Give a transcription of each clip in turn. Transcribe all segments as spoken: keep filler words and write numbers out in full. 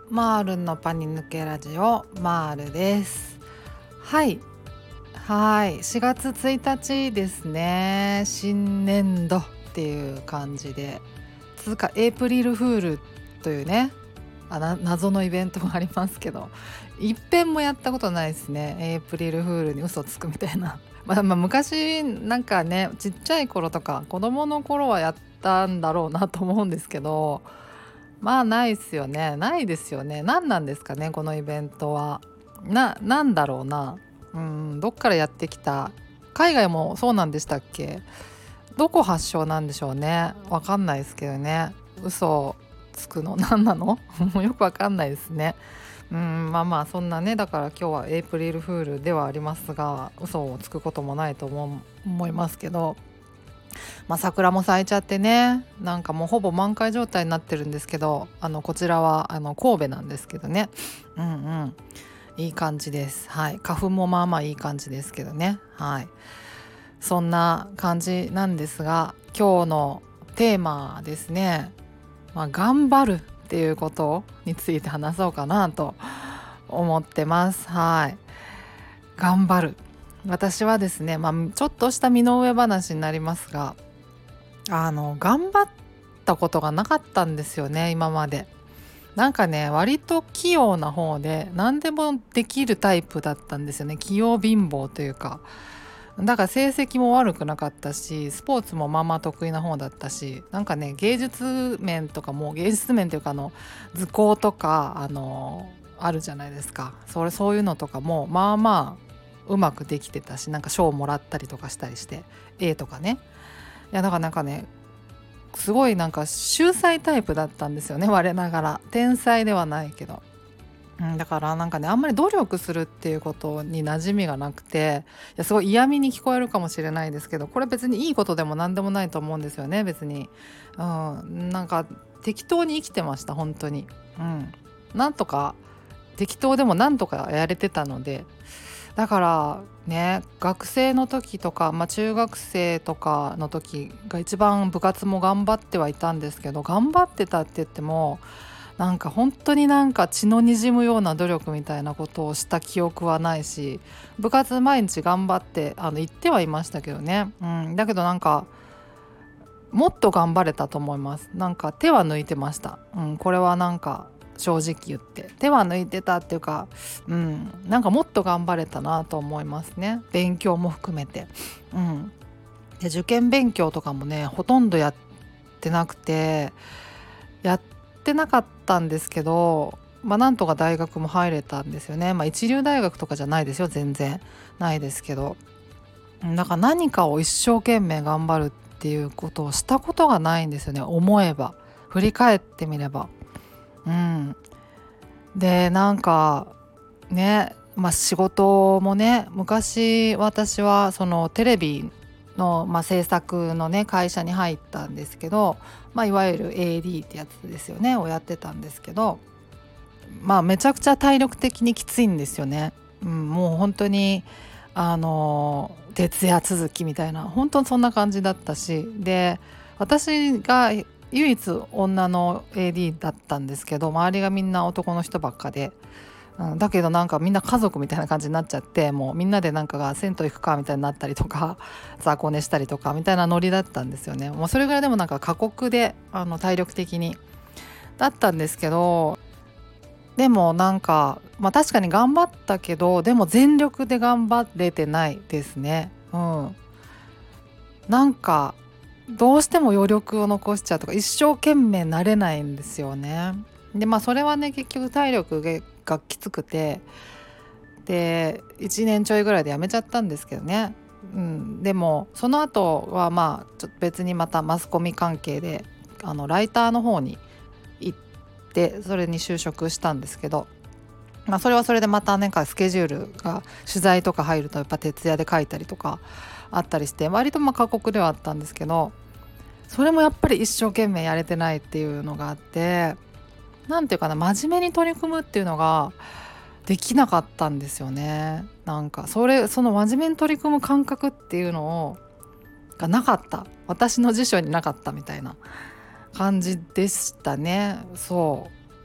マールのパニ抜けラジオマールです。はいはいしがつついたちですね。新年度っていう感じで、つうかエイプリルフールというねあな謎のイベントがありますけど、一遍もやったことないですね。エイプリルフールに嘘つくみたいなまあ、まあ昔なんかね、ちっちゃい頃とか子供の頃はやったんだろうなと思うんですけど、まあないっすよね。ないですよね。何なんですかね、このイベントは。な、なんだろうな。うん、どっからやってきた。海外もそうなんでしたっけ？どこ発祥なんでしょうね。わかんないですけどね。嘘つくの何なのもうよくわかんないですね。うん、まあまあそんなね、だから今日はエイプリルフールではありますが、嘘をつくこともないと思う思いますけど、まあ、桜も咲いちゃってね、なんかもうほぼ満開状態になってるんですけど、あのこちらはあの神戸なんですけどね、うんうんいい感じです。はい、花粉もまあまあいい感じですけどね。はい、そんな感じなんですが、今日のテーマですね、まあ、頑張るっていうことについて話そうかなと思ってます。はい、頑張る。私はですね、まあ、ちょっとした身の上話になりますが、あの頑張ったことがなかったんですよね、今まで。なんかね、割と器用な方で何でもできるタイプだったんですよね。器用貧乏というか、だから成績も悪くなかったし、スポーツもまあまあ得意な方だったし、なんかね、芸術面とかも、芸術面というか、あの図工とかあのあるじゃないですか。それそういうのとかもまあまあうまくできてたし、なんか賞をもらったりとかしたりして、 A とかね。いやだからなんかね、すごいなんか秀才タイプだったんですよね、我ながら。天才ではないけど、うん、だからなんかね、あんまり努力するっていうことに馴染みがなくて、いやすごい嫌味に聞こえるかもしれないですけど、これ別にいいことでも何でもないと思うんですよね、別に。うん、なんか適当に生きてました、本当に。うん、なんとか適当でもなんとかやれてたので、だからね、学生の時とか、まあ、中学生とかの時が一番部活も頑張ってはいたんですけど、頑張ってたって言ってもなんか本当になんか血の滲むような努力みたいなことをした記憶はないし、部活毎日頑張ってあの行ってはいましたけどね、うん、だけどなんかもっと頑張れたと思います。なんか手は抜いてました、うん、これはなんか正直言って手は抜いてたっていうか、うん、なんかもっと頑張れたなと思いますね、勉強も含めて。うん、で受験勉強とかもね、ほとんどやってなくて、やってなかったんですけど、まあなんとか大学も入れたんですよね。まあ一流大学とかじゃないですよ、全然ないですけど、だから何かを一生懸命頑張るっていうことをしたことがないんですよね、思えば、振り返ってみれば。うん、でなんかね、まあ仕事もね、昔私はそのテレビの、まあ、制作のね会社に入ったんですけど、まあ、いわゆる エーディー ってやつですよねをやってたんですけど、まあめちゃくちゃ体力的にきついんですよね。うん、もう本当にあの徹夜続きみたいな、本当にそんな感じだったし、で私が唯一女の エーディー だったんですけど、周りがみんな男の人ばっかで、うん、だけどなんかみんな家族みたいな感じになっちゃって、もうみんなでなんかが銭湯行くかみたいになったりとか雑魚寝したりとかみたいなノリだったんですよね。もうそれぐらいでもなんか過酷で、あの体力的にだったんですけど、でもなんかまあ確かに頑張ったけど、でも全力で頑張れてないですね。うん、なんかどうしても余力を残しちゃうとか、一生懸命なれないんですよね。でまあそれはね、結局体力がきつくて、でいちねんちょいぐらいで辞めちゃったんですけどね。うん、でもその後はまあちょっと別にまたマスコミ関係であのライターの方に行って、それに就職したんですけど、まあ、それはそれでまたなんかスケジュールが取材とか入るとやっぱ徹夜で書いたりとかあったりして、割とまあ過酷ではあったんですけど、それもやっぱり一生懸命やれてないっていうのがあって、なんていうかな、真面目に取り組むっていうのができなかったんですよね。なんかそれその真面目に取り組む感覚っていうのをがなかった、私の辞書になかったみたいな感じでしたね。そ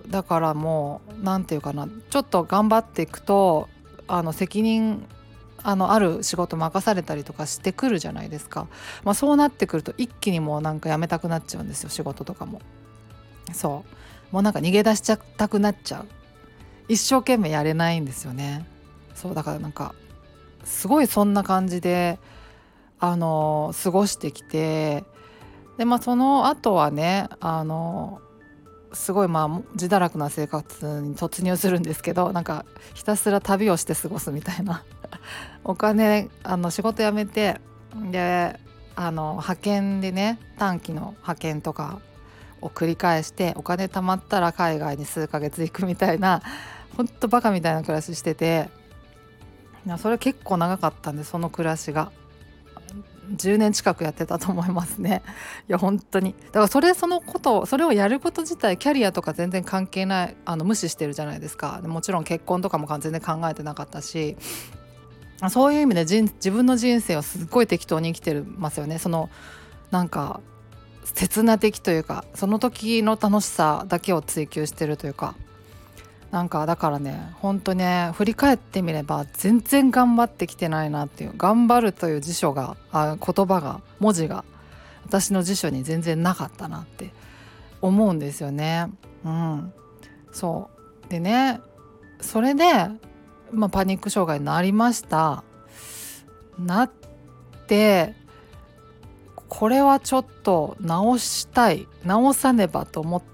だからもうなんていうかな、ちょっと頑張っていくとあの責任あのある仕事任されたりとかしてくるじゃないですか。まあ、そうなってくると一気にもうなんかやめたくなっちゃうんですよ、仕事とかも。そうもうなんか逃げ出しちゃったくなっちゃう。一生懸命やれないんですよね。そうだからなんかすごいそんな感じであの過ごしてきて、でまあその後はねあのすごいまあ自堕落な生活に突入するんですけど、なんかひたすら旅をして過ごすみたいなお金あの仕事辞めて、であの派遣でね短期の派遣とかを繰り返して、お金貯まったら海外に数ヶ月行くみたいな、ほんとバカみたいな暮らししてて、いやそれ結構長かったんで、その暮らしがじゅうねん近くやってたと思いますね。いや本当にだからそれそのことそれをやること自体キャリアとか全然関係ない、あの無視してるじゃないですか。でもちろん結婚とかも全然考えてなかったし、そういう意味で人自分の人生をすっごい適当に生きてますよね。そのなんか刹那的というか、その時の楽しさだけを追求してるというか、なんかだからね本当ね振り返ってみれば全然頑張ってきてないなっていう、頑張るという辞書があ言葉が文字が私の辞書に全然なかったなって思うんですよね。うん、そうでね、それで、まあ、パニック障害になりました。なってこれはちょっと直したい、直さねばと思って、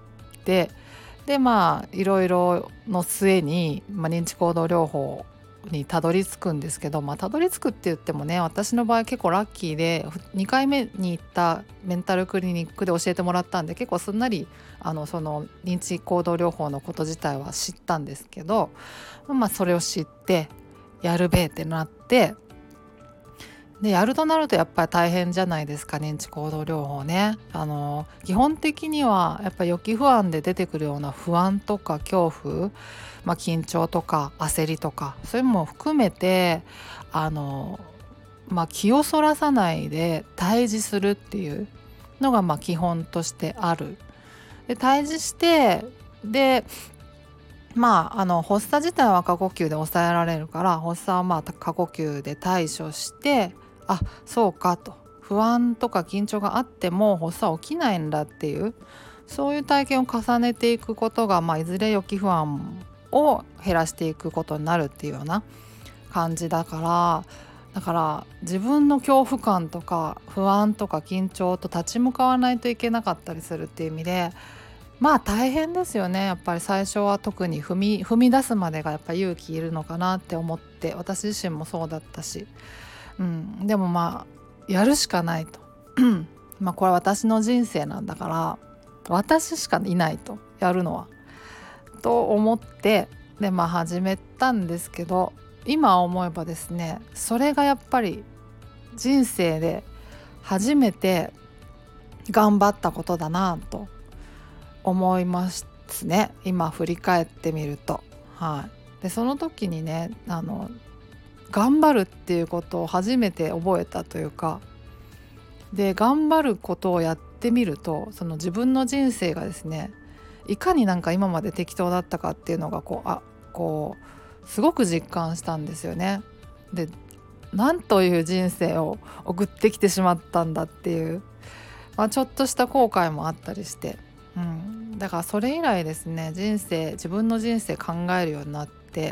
でまあいろいろの末に、まあ、認知行動療法にたどり着くんですけど、まあたどり着くって言ってもね、私の場合結構ラッキーでにかいめに行ったメンタルクリニックで教えてもらったんで、結構すんなりあのその認知行動療法のこと自体は知ったんですけど、まあそれを知ってやるべえってなって、でやるとなるとやっぱり大変じゃないですか、認知行動療法ね。あの基本的にはやっぱ予期不安で出てくるような不安とか恐怖、まあ、緊張とか焦りとかそういうのも含めてあの、まあ、気をそらさないで対峙するっていうのがまあ基本としてある。で対峙してでまあ、あの発作自体は過呼吸で抑えられるから、発作はまあ過呼吸で対処して、あそうかと、不安とか緊張があっても発作起きないんだっていう、そういう体験を重ねていくことが、まあ、いずれ予期不安を減らしていくことになるっていうような感じだから、だから自分の恐怖感とか不安とか緊張と立ち向かわないといけなかったりするっていう意味で、まあ大変ですよね。やっぱり最初は特に踏み踏み出すまでがやっぱ勇気いるのかなって思って、私自身もそうだったし、うん、でもまあやるしかないとまあこれは私の人生なんだから私しかいないと、やるのはと思って、でまあ始めたんですけど、今思えばですね、それがやっぱり人生で初めて頑張ったことだなと思いますね、今振り返ってみると。はい、でその時にねあの頑張るっていうことを初めて覚えたというか、で頑張ることをやってみると、その自分の人生がですね、いかになんか今まで適当だったかっていうのがこうあこうすごく実感したんですよね。でなんという人生を送ってきてしまったんだっていう、まあ、ちょっとした後悔もあったりして、うん、だからそれ以来ですね、人生自分の人生考えるようになって、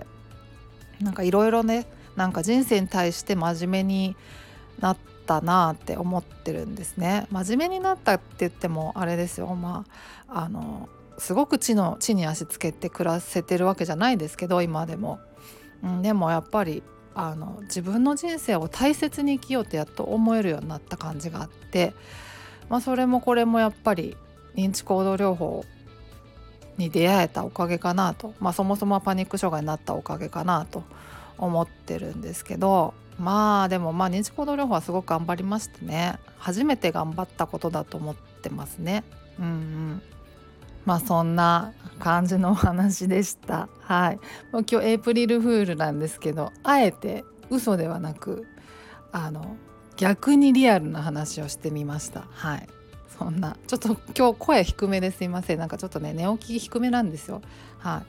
なんかいろいろね、なんか人生に対して真面目になったなって思ってるんですね。真面目になったって言ってもあれですよ、まああのすごく地の地に足つけて暮らせてるわけじゃないですけど今でも、うん、でもやっぱりあの自分の人生を大切に生きようってやっと思えるようになった感じがあって、まあ、それもこれもやっぱり認知行動療法に出会えたおかげかなと、まあ、そもそもはパニック障害になったおかげかなと思ってるんですけど、まあでもまあ認知行動療法はすごく頑張りましたね。初めて頑張ったことだと思ってますね。うんうん、まあそんな感じのお話でした。はい。もう今日エイプリルフールなんですけど、あえて嘘ではなくあの逆にリアルな話をしてみました。はい。 そんなちょっと今日声低めですいません。なんかちょっとね寝起き低めなんですよ。はい、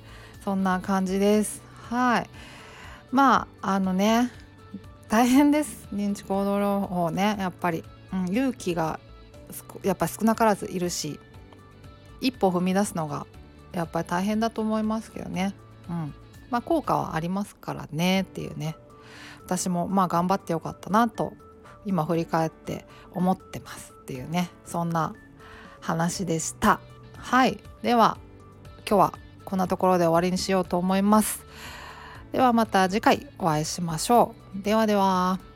そんな感じです。はい、まああのね大変です。認知行動療法ね、やっぱり、うん、勇気がやっぱ少なからずいるし、一歩踏み出すのがやっぱり大変だと思いますけどね。うん、まあ効果はありますからねっていうね。私もまあ頑張ってよかったなと今振り返って思ってますっていうね、そんな話でした。はい、では今日はこんなところで終わりにしようと思います。ではまた次回お会いしましょう。ではでは。